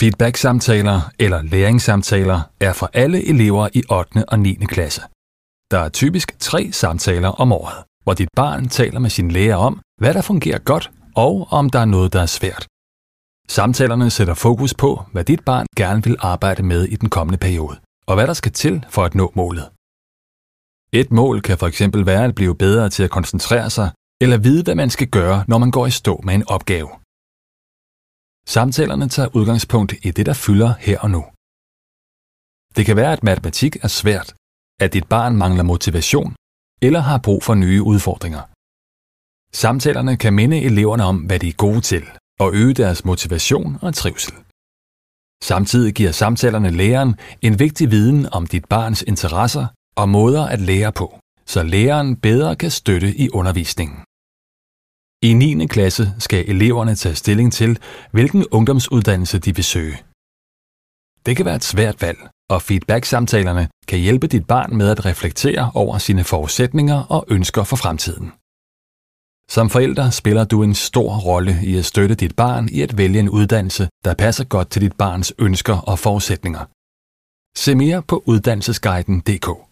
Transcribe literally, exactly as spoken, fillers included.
Feedback-samtaler eller læringssamtaler er for alle elever i ottende og niende klasse. Der er typisk tre samtaler om året, hvor dit barn taler med sin lærer om, hvad der fungerer godt, og om der er noget, der er svært. Samtalerne sætter fokus på, hvad dit barn gerne vil arbejde med i den kommende periode, og hvad der skal til for at nå målet. Et mål kan for eksempel være at blive bedre til at koncentrere sig, eller vide, hvad man skal gøre, når man går i stå med en opgave. Samtalerne tager udgangspunkt i det, der fylder her og nu. Det kan være, at matematik er svært, at dit barn mangler motivation eller har brug for nye udfordringer. Samtalerne kan minde eleverne om, hvad de er gode til, og øge deres motivation og trivsel. Samtidig giver samtalerne læreren en vigtig viden om dit barns interesser og måder at lære på, så læreren bedre kan støtte i undervisningen. I niende klasse skal eleverne tage stilling til, hvilken ungdomsuddannelse de vil søge. Det kan være et svært valg, og feedback-samtalerne kan hjælpe dit barn med at reflektere over sine forudsætninger og ønsker for fremtiden. Som forælder spiller du en stor rolle i at støtte dit barn i at vælge en uddannelse, der passer godt til dit barns ønsker og forudsætninger. Se mere på uddannelsesguiden punktum d k.